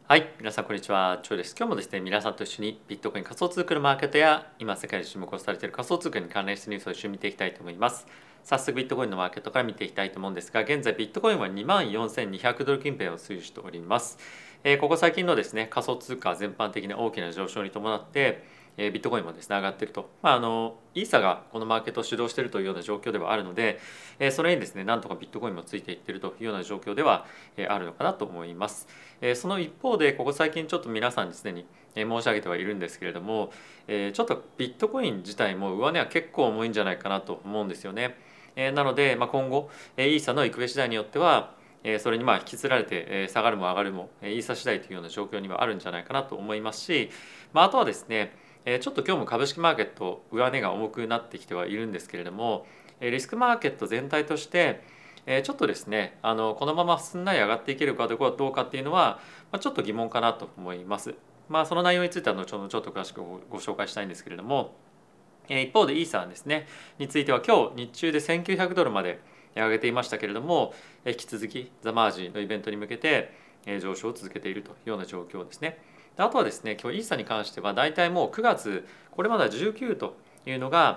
はい、皆さんこんにちは、チョウです。今日もですね、皆さんと一緒にビットコイン仮想通貨のマーケットや今世界で注目をされている仮想通貨に関連したニュースを一緒に見ていきたいと思います。早速ビットコインのマーケットから見ていきたいと思うんですが、現在ビットコインは24,200ドル近辺を推移しております。ここ最近のですね、仮想通貨全般的な大きな上昇に伴って、ビットコインもですね上がっていると、イーサがこのマーケットを主導しているというような状況ではあるので、それにですねなんとかビットコインもついていっているというような状況ではあるのかなと思います。その一方でここ最近ちょっと皆さんにすでに申し上げてはいるんですけれども、ちょっとビットコイン自体も上値は結構重いんじゃないかなと思うんですよね。なので、今後イーサの行方次第によってはそれに引きつられて下がるも上がるもイーサ次第というような状況にはあるんじゃないかなと思いますし、あとはですねちょっと今日も株式マーケット上値が重くなってきてはいるんですけれども、リスクマーケット全体としてちょっとですねこのまますんなり上がっていけるかどうかっていうのは、ちょっと疑問かなと思います。その内容については後ほどちょっと詳しくご紹介したいんですけれども、一方でイーサですねについては今日日中で1900ドルまで上げていましたけれども、引き続きザマージのイベントに向けて上昇を続けているというような状況ですね。あとはですね今日イーサに関してはだいたいもう9月これまでは19というのが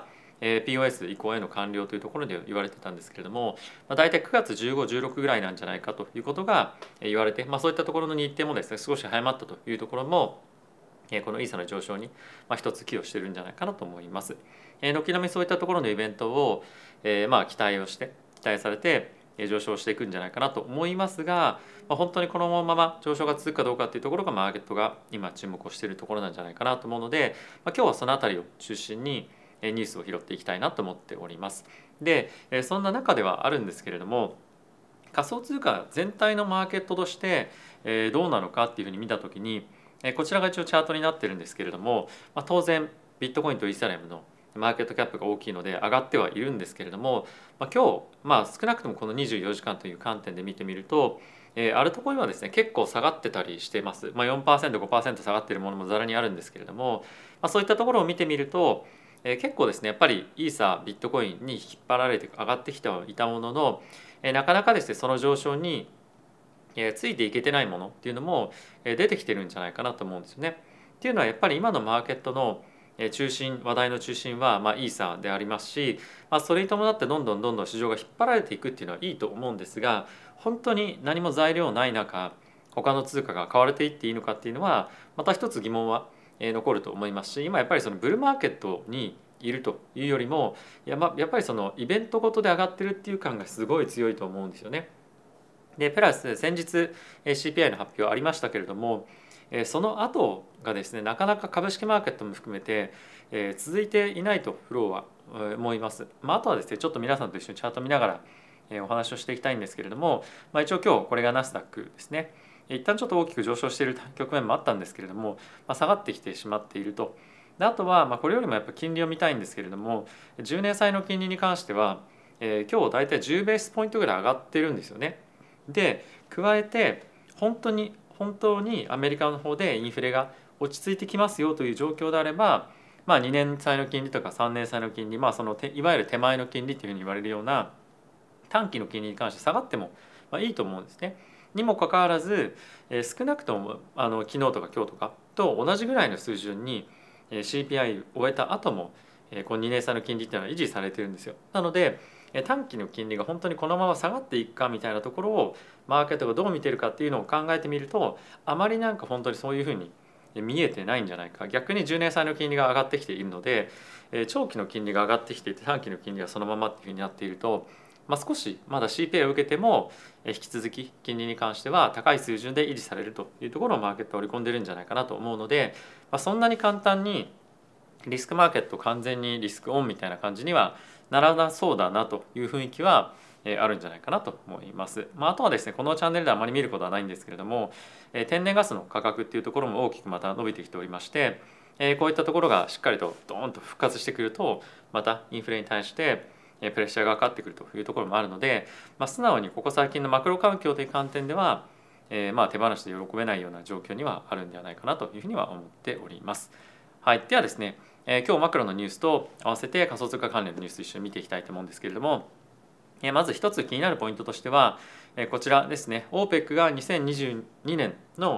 POS 移行への完了というところで言われてたんですけれども、だいたい9月15、16ぐらいなんじゃないかということが言われて、そういったところの日程もですね少し早まったというところもこのイーサの上昇に一つ寄与しているんじゃないかなと思います。軒並みそういったところのイベントを期待されて上昇していくんじゃないかなと思いますが、本当にこのまま上昇が続くかどうかっていうところがマーケットが今注目をしているところなんじゃないかなと思うので、今日はそのあたりを中心にニュースを拾っていきたいなと思っております。で、そんな中ではあるんですけれども、仮想通貨全体のマーケットとしてどうなのかっていうふうに見たときに、こちらが一応チャートになってるんですけれども、当然ビットコインとイーサリアムのマーケットキャップが大きいので上がってはいるんですけれども、今日、少なくともこの24時間という観点で見てみると、アルトコインはですね結構下がってたりしています。4%、5%下がっているものもざらにあるんですけれども、そういったところを見てみると、結構ですねやっぱりイーサビットコインに引っ張られて上がってきてはいたものの、なかなかですねその上昇についていけてないものっていうのも出てきてるんじゃないかなと思うんですよね。っていうのはやっぱり今のマーケットの話題の中心はイーサでありますし、それに伴ってどんどん市場が引っ張られていくっていうのはいいと思うんですが、本当に何も材料ない中他の通貨が買われていっていいのかっていうのはまた一つ疑問は残ると思いますし、今やっぱりそのブルーマーケットにいるというよりもやっぱりそのイベントごとで上がってるっていう感がすごい強いと思うんですよね。でプラス先日 CPI の発表ありましたけれども、その後がですねなかなか株式マーケットも含めて続いていないとフローは思います。あとはですねちょっと皆さんと一緒にチャート見ながらお話をしていきたいんですけれども、一応今日これがナスダックですね。一旦ちょっと大きく上昇している局面もあったんですけれども、下がってきてしまっていると。であとはこれよりもやっぱ金利を見たいんですけれども、10年債の金利に関しては今日大体10ベースポイントぐらい上がってるんですよね。で加えて本当にアメリカの方でインフレが落ち着いてきますよという状況であれば、2年債の金利とか3年債の金利、いわゆる手前の金利というふうに言われるような短期の金利に関して下がってもいいと思うんですね。にもかかわらず少なくとも昨日とか今日とかと同じぐらいの水準に CPI を終えた後もこの2年債の金利っていうのは維持されてるんですよ。なので短期の金利が本当にこのまま下がっていくかみたいなところをマーケットがどう見てるかっていうのを考えてみると、あまり本当にそういうふうに見えてないんじゃないか。逆に10年債の金利が上がってきているので長期の金利が上がってきていて短期の金利がそのままっていうふうになっていると、少しまだ CPI を受けても引き続き金利に関しては高い水準で維持されるというところをマーケットは織り込んでるんじゃないかなと思うので、そんなに簡単にリスクマーケット完全にリスクオンみたいな感じにはならなそうだなという雰囲気はあるんじゃないかなと思います。あとはですねこのチャンネルではあまり見ることはないんですけれども、天然ガスの価格っていうところも大きくまた伸びてきておりまして、こういったところがしっかりとドーンと復活してくるとまたインフレに対してプレッシャーがかかってくるというところもあるので、素直にここ最近のマクロ環境という観点では手放しで喜べないような状況にはあるんではないかなというふうには思っております。はい、ではですね今日マクロのニュースと合わせて仮想通貨関連のニュース一緒に見ていきたいと思うんですけれども、まず一つ気になるポイントとしてはこちらですね。 OPEC が2022年の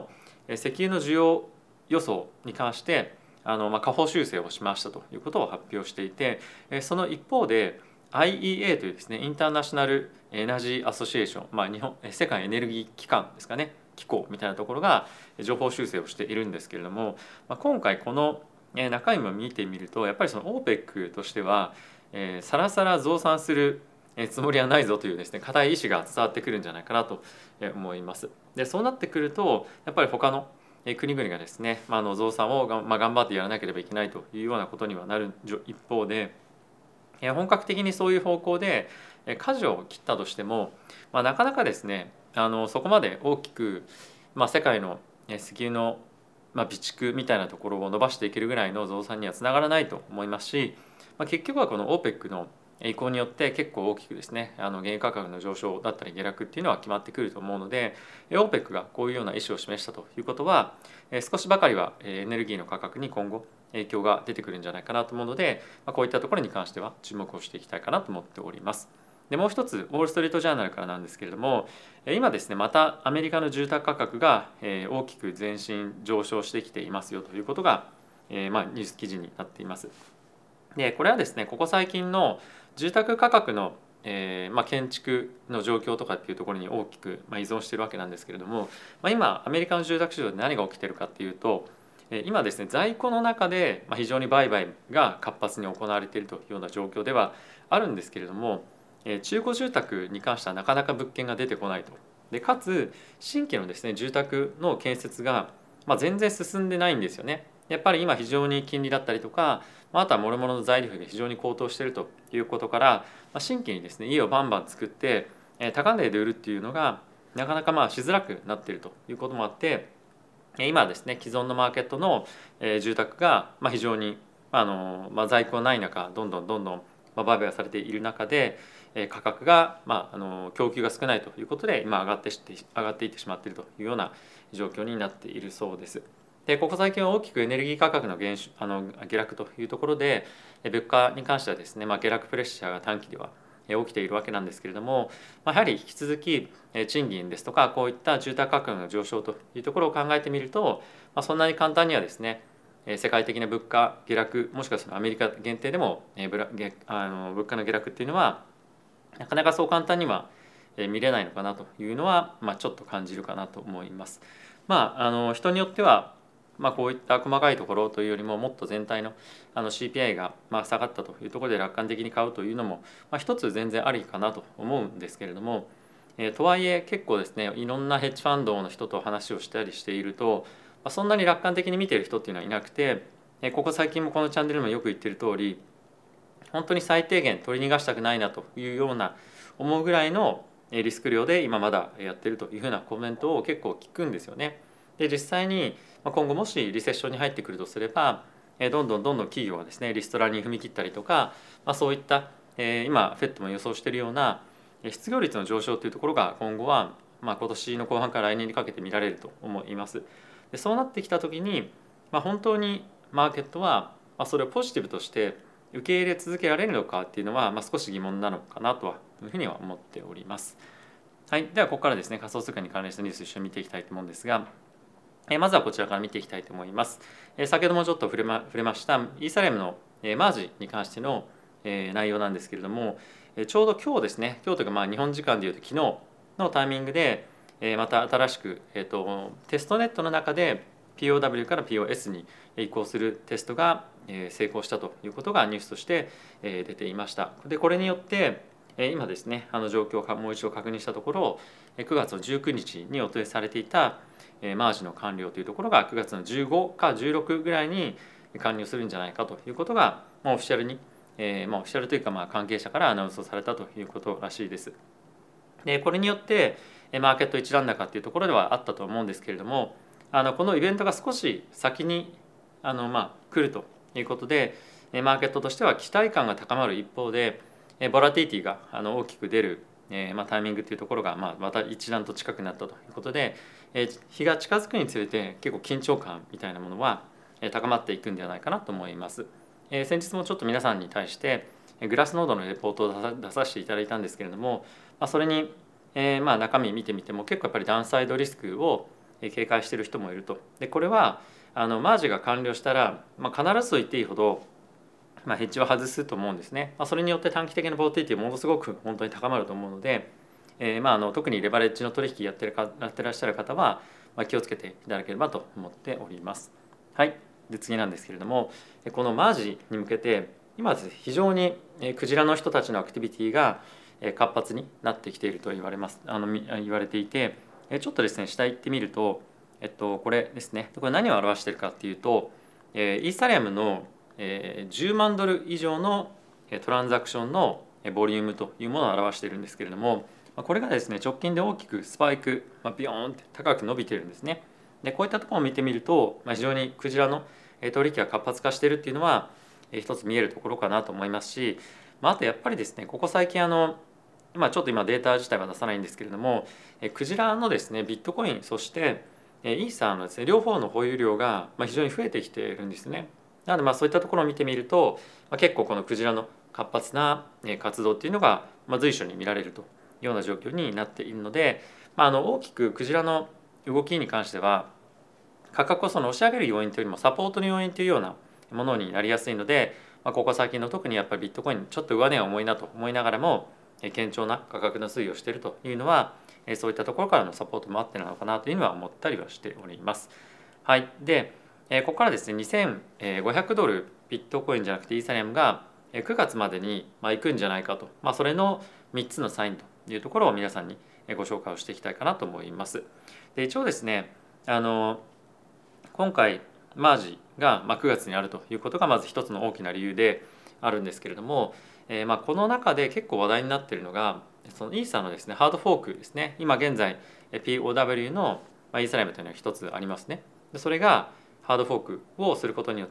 石油の需要予想に関して下方修正をしましたということを発表していて、その一方で IEA というですねインターナショナルエナジーアソシエーション、世界エネルギー機関ですかね、機構みたいなところが情報修正をしているんですけれども、今回この中身を見てみるとやっぱりその OPEC としてはさらさら増産するつもりはないぞというですね固い意志が伝わってくるんじゃないかなと思います。でそうなってくるとやっぱり他の国々がですね、増産を頑張ってやらなければいけないというようなことにはなる一方で、本格的にそういう方向で舵を切ったとしても、なかなかですねそこまで大きく、世界の石油の備蓄みたいなところを伸ばしていけるぐらいの増産にはつながらないと思いますし、結局はこの OPEC の意向によって結構大きくですね原油価格の上昇だったり下落っていうのは決まってくると思うので OPEC がこういうような意思を示したということは少しばかりはエネルギーの価格に今後影響が出てくるんじゃないかなと思うのでこういったところに関しては注目をしていきたいかなと思っております。でもう一つウォール・ストリート・ジャーナルからなんですけれども今ですねまたアメリカの住宅価格が大きく前進上昇してきていますよということがニュース記事になっています。でこれはですねここ最近の住宅価格の建築の状況とかっていうところに大きく依存しているわけなんですけれども、今アメリカの住宅市場で何が起きているかっていうと今ですね在庫の中で非常に売買が活発に行われているというような状況ではあるんですけれども中古住宅に関してはなかなか物件が出てこないと。でかつ新規のですね住宅の建設が全然進んでないんですよね。やっぱり今非常に金利だったりとかあとは諸々の材料費が非常に高騰しているということから新規にですね家をバンバン作って高値で売るっていうのがなかなかしづらくなっているということもあって今ですね既存のマーケットの住宅が非常に在庫ない中どんどん売買されている中で価格が供給が少ないということで今上がっていってしまっているというような状況になっているそうです。でここ最近は大きくエネルギー価格の下落というところで物価に関してはですね、下落プレッシャーが短期では起きているわけなんですけれども、やはり引き続き賃金ですとかこういった住宅価格の上昇というところを考えてみると、そんなに簡単にはですね世界的な物価下落もしくはそのアメリカ限定でも物価の下落っていうのはなかなかそう簡単には見れないのかなというのはちょっと感じるかなと思います。人によってはこういった細かいところというよりももっと全体のCPI が下がったというところで楽観的に買うというのも一つ全然ありかなと思うんですけれども、とはいえ結構ですねいろんなヘッジファンドの人と話をしたりしているとそんなに楽観的に見ている人っていうのはいなくてここ最近もこのチャンネルでもよく言っている通り本当に最低限取り逃がしたくないなというような思うぐらいのリスク量で今まだやってるというふうなコメントを結構聞くんですよね。で実際に今後もしリセッションに入ってくるとすればどんどん企業はですねリストラに踏み切ったりとか、そういった今 FED も予想しているような失業率の上昇というところが今後は今年の後半から来年にかけて見られると思います。でそうなってきた時に本当にマーケットはそれをポジティブとして受け入れ続けられるのかっていうのは少し疑問なのかなとはいうふうには思っております。はい、ではここからですね仮想通貨に関連したニュース一緒に見ていきたいと思うんですが、まずはこちらから見ていきたいと思います。先ほどもちょっと触れましたイーサリアムのマージに関しての内容なんですけれども、ちょうど今日ですね今日というか日本時間でいうと昨日のタイミングでまた新しくテストネットの中で POW から POS に移行するテストが成功したということがニュースとして出ていました。でこれによって今ですね状況をもう一度確認したところ9月の19日に予定されていたマージの完了というところが9月の15か16ぐらいに完了するんじゃないかということがオフィシャルにオフィシャルというか関係者からアナウンスをされたということらしいです。でこれによってマーケット一段高というところではあったと思うんですけれどもこのイベントが少し先に来るということでマーケットとしては期待感が高まる一方でボラティティが大きく出るタイミングというところがまた一段と近くなったということで日が近づくにつれて結構緊張感みたいなものは高まっていくんではないかなと思います。先日もちょっと皆さんに対してグラスノードのレポートを出させていただいたんですけれどもそれに中身見てみても結構やっぱりダウンサイドリスクを警戒している人もいると。でこれはマージが完了したら、必ずと言っていいほど、ヘッジは外すと思うんですね。それによって短期的なボラティリティものすごく本当に高まると思うので、特にレバレッジの取引やってらっしゃる方は、気をつけていただければと思っております。はい、で次なんですけれども、このマージに向けて今ですね、非常にクジラの人たちのアクティビティが活発になってきていると言われていて、ちょっとですね下行ってみると、これですね、これ何を表しているかっていうと、イーサリアムの10万ドル以上のトランザクションのボリュームというものを表しているんですけれども、これがですね直近で大きくスパイク、ビヨーンって高く伸びているんですね。でこういったところを見てみると、非常にクジラの取引が活発化しているっていうのは一つ見えるところかなと思いますし、あとやっぱりですね、ここ最近ちょっと今データ自体は出さないんですけれども、クジラのですねビットコイン、そしてイーサーのですね両方の保有量が非常に増えてきているんですね。なのでそういったところを見てみると、結構このクジラの活発な活動っていうのが随所に見られるというような状況になっているので、大きくクジラの動きに関しては価格を押し上げる要因というよりもサポートの要因というようなものになりやすいので、ここ最近の特にやっぱりビットコインちょっと上値は重いなと思いながらも堅調な価格の推移をしているというのは、そういったところからのサポートもあってなのかなというのは思ったりはしております。はい、でここからですね2500ドルビットコインじゃなくてイーサリアムが9月までに行くんじゃないかと、それの3つのサインというところを皆さんにご紹介をしていきたいかなと思います。で一応ですね今回マージが9月にあるということがまず一つの大きな理由であるんですけれども、この中で結構話題になっているのがそのイーサのですねハードフォークですね。今現在 POW のイーサリアムというのが一つありますね。それがハードフォークをすることによって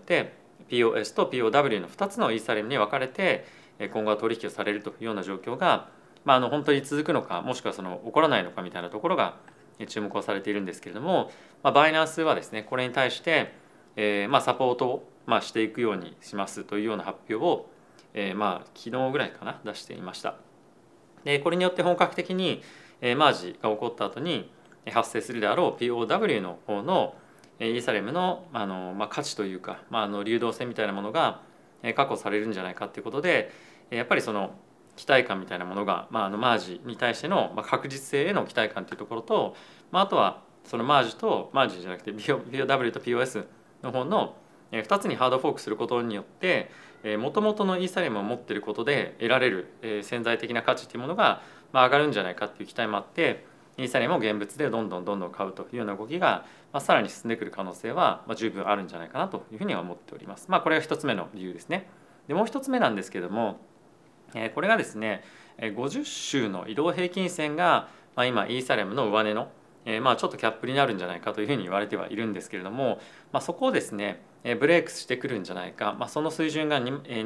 POS と POW の2つのイーサリアムに分かれて今後は取引をされるというような状況が、本当に続くのか、もしくは起こらないのかみたいなところが注目をされているんですけれども、バイナンスはですねこれに対して、サポートをしていくようにしますというような発表を、昨日ぐらいかな出していました。でこれによって本格的にマージが起こった後に発生するであろう POW の方のイーサリアムの価値というか、流動性みたいなものが確保されるんじゃないかということで、やっぱりその期待感みたいなものが、マージに対しての確実性への期待感というところと、あとはそのマージじゃなくて POW と POS の方の2つにハードフォークすることによってもともとのイーサリアムを持っていることで得られる潜在的な価値というものが上がるんじゃないかという期待もあって、イーサリアムを現物でどんどん買うというような動きがさらに進んでくる可能性は十分あるんじゃないかなというふうには思っております。これが1つ目の理由ですね。でもう1つ目なんですけども、これがですね50週の移動平均線が今イーサリアムの上値のちょっとキャップになるんじゃないかというふうに言われてはいるんですけれども、そこをですねブレイクしてくるんじゃないか、その水準が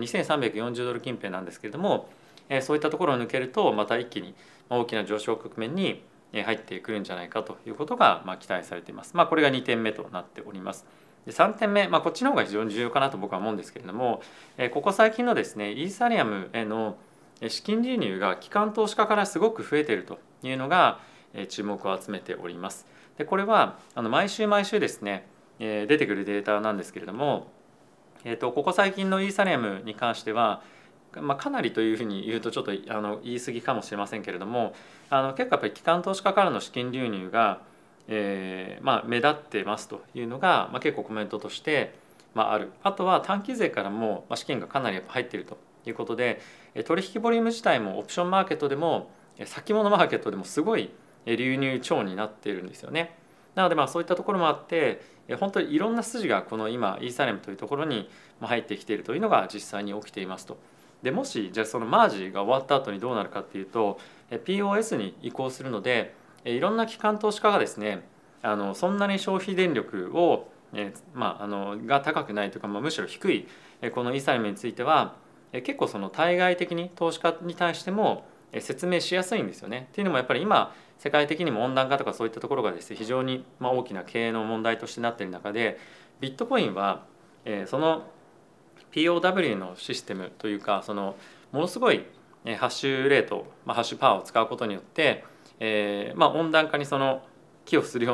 2340ドル近辺なんですけれども、そういったところを抜けるとまた一気に大きな上昇局面に入ってくるんじゃないかということが期待されています。これが2点目となっております。で3点目、こっちの方が非常に重要かなと僕は思うんですけれども、ここ最近のですねイーサリアムへの資金流入が機関投資家からすごく増えているというのが注目を集めております。でこれは毎週ですね出てくるデータなんですけれども、ここ最近のイーサリアムに関しては、かなりというふうに言うとちょっと言い過ぎかもしれませんけれども、結構やっぱり機関投資家からの資金流入が、目立ってますというのが、結構コメントとしてある。あとは短期勢からも資金がかなりやっぱ入っているということで、取引ボリューム自体もオプションマーケットでも先物マーケットでもすごい流入超になっているんですよね。なのでそういったところもあって本当にいろんな筋がこの今イーサリアムというところに入ってきているというのが実際に起きていますと。でもしじゃあそのマージが終わった後にどうなるかっていうと POS に移行するのでいろんな機関投資家がですねそんなに消費電力をが高くないというか、むしろ低いこのイーサリアムについては結構その対外的に投資家に対しても説明しやすいんですよね。っていうのもやっぱり今世界的にも温暖化とかそういったところがですね非常に大きな経営の問題としてなっている中で、ビットコインはその POW のシステムというかものすごいハッシュレート、ハッシュパワーを使うことによって温暖化に寄与するような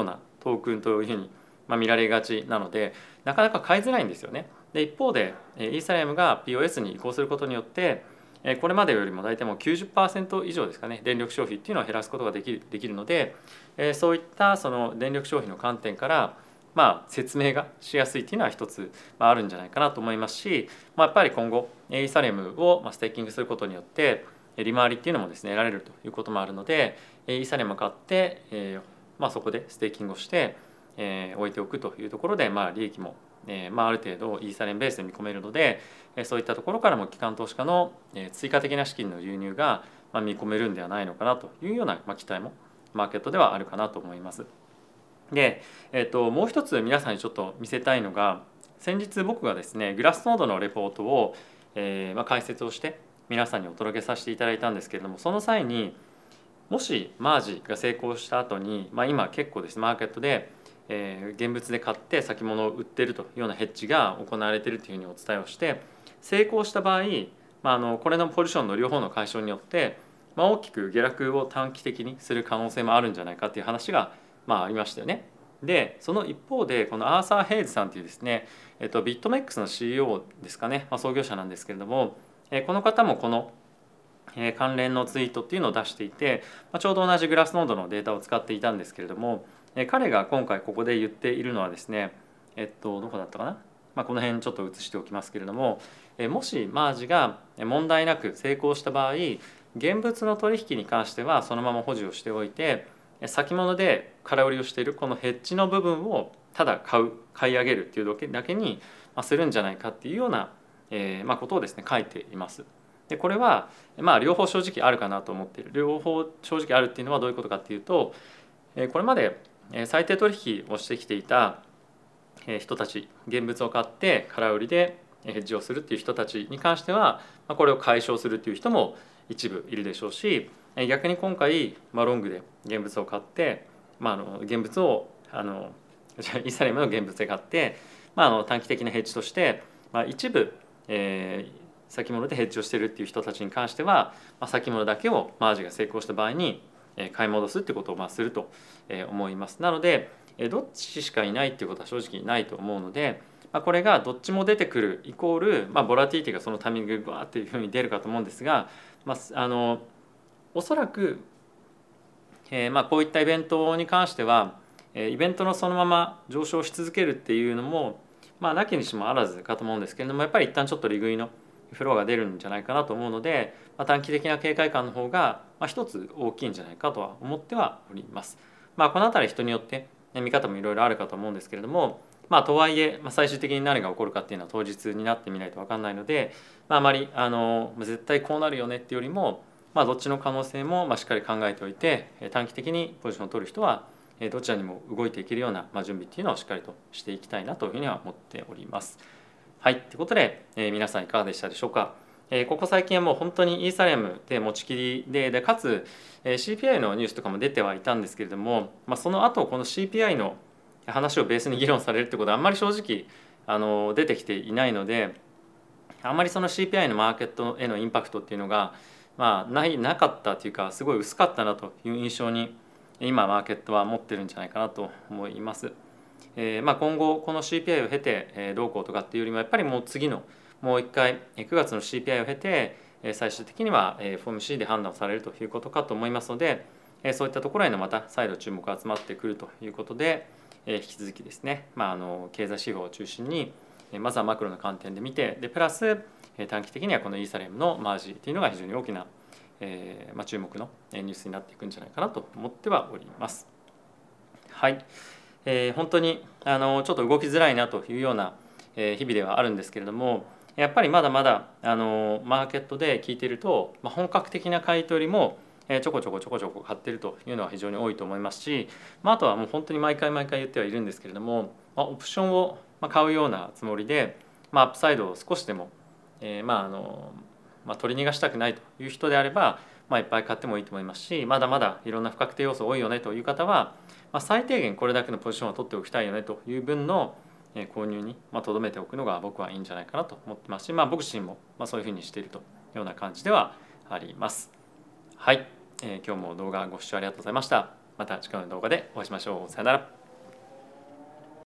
トークンというふうに見られがちなので、なかなか買いづらいんですよね。で一方でイーサリアムが POS に移行することによってこれまでよりも大体もう 90% 以上ですかね、電力消費っていうのを減らすことができるので、そういったその電力消費の観点から説明がしやすいっていうのは一つあるんじゃないかなと思いますし、やっぱり今後イーサリアムをステーキングすることによって利回りっていうのもですね得られるということもあるので、イーサリアムを買ってそこでステーキングをして置いておくというところで利益もある程度イーサリアムベースで見込めるので、そういったところからも機関投資家の追加的な資金の流入が見込めるんではないのかなというような期待もマーケットではあるかなと思います。で、もう一つ皆さんにちょっと見せたいのが、先日僕がですねグラスノードのレポートを解説をして皆さんにお届けさせていただいたんですけれども、その際にもしマージが成功した後に、今結構ですねマーケットで現物で買って先物を売っているというようなヘッジが行われているというふうにお伝えをして、成功した場合、これのポジションの両方の解消によって大きく下落を短期的にする可能性もあるんじゃないかという話がありましたよね。でその一方でこのアーサー・ヘイズさんというですね、ビットメックスの CEO ですかね、創業者なんですけれども、この方もこの関連のツイートっていうのを出していて、ちょうど同じグラスノードのデータを使っていたんですけれども、彼が今回ここで言っているのはですね、どこだったかな、この辺ちょっと写しておきますけれども、もしマージが問題なく成功した場合、現物の取引に関してはそのまま保持をしておいて、先物で空売りをしているこのヘッジの部分をただ買い上げるっていうだけにするんじゃないかっていうようなことをですね書いています。でこれは両方正直あるかなと思っている。両方正直あるっていうのはどういうことかっていうと、これまで最低取引をしてきていた人たち、現物を買って空売りでヘッジをするっていう人たちに関してはこれを解消するっていう人も一部いるでしょうし、逆に今回ロングで現物を買って、現物をイーサリアムの現物で買って、短期的なヘッジとして、一部、先物でヘッジをしているっていう人たちに関しては、先物だけをマージが成功した場合に買い戻すっていうことをすると思います。なのでどっちしかいないっていうことは正直ないと思うので、これがどっちも出てくるイコール、ボラティティがそのタイミングでバーっていうふうに出るかと思うんですが、おそらく、こういったイベントに関してはイベントのそのまま上昇し続けるっていうのもなきにしもあらずかと思うんですけれども、やっぱり一旦ちょっと利食いのフローが出るんじゃないかなと思うので、短期的な警戒感の方が一つ大きいんじゃないかとは思ってはおります。この辺り人によって見方もいろいろあるかと思うんですけれども、とはいえ最終的に何が起こるかっていうのは当日になってみないと分かんないので、あまり絶対こうなるよねっていうよりも、どっちの可能性もしっかり考えておいて、短期的にポジションを取る人はどちらにも動いていけるような準備っていうのをしっかりとしていきたいなというふうには思っております。はい、ということで皆さんいかがでしたでしょうか。ここ最近はもう本当にイーサリアムで持ちきりでかつ CPI のニュースとかも出てはいたんですけれども、その後この CPI の話をベースに議論されるってことはあんまり正直出てきていないので、あんまりその CPI のマーケットへのインパクトっていうのがなかったというか、すごい薄かったなという印象に今マーケットは持ってるんじゃないかなと思います。今後この CPI を経てどうこうとかっていうよりも、やっぱりもう次のもう一回9月の CPI を経て最終的には FOMC で判断されるということかと思いますので、そういったところへのまた再度注目が集まってくるということで、引き続きですね、経済指標を中心にまずはマクロの観点で見て、でプラス短期的にはこのイーサリアムのマージというのが非常に大きな注目のニュースになっていくんじゃないかなと思ってはおります。はい、本当にちょっと動きづらいなというような日々ではあるんですけれども、やっぱりまだまだマーケットで聞いていると、本格的な買い取りもちょこちょこ買っているというのは非常に多いと思いますし、あとはもう本当に毎回言ってはいるんですけれども、オプションを買うようなつもりで、アップサイドを少しでも取り逃がしたくないという人であれば、いっぱい買ってもいいと思いますし、まだまだいろんな不確定要素多いよねという方は、最低限これだけのポジションを取っておきたいよねという分の購入に留めておくのが僕はいいんじゃないかなと思ってますし、僕自身もそういうふうにしているというような感じではあります。はい、今日も動画ご視聴ありがとうございました。また次回の動画でお会いしましょう。さよなら。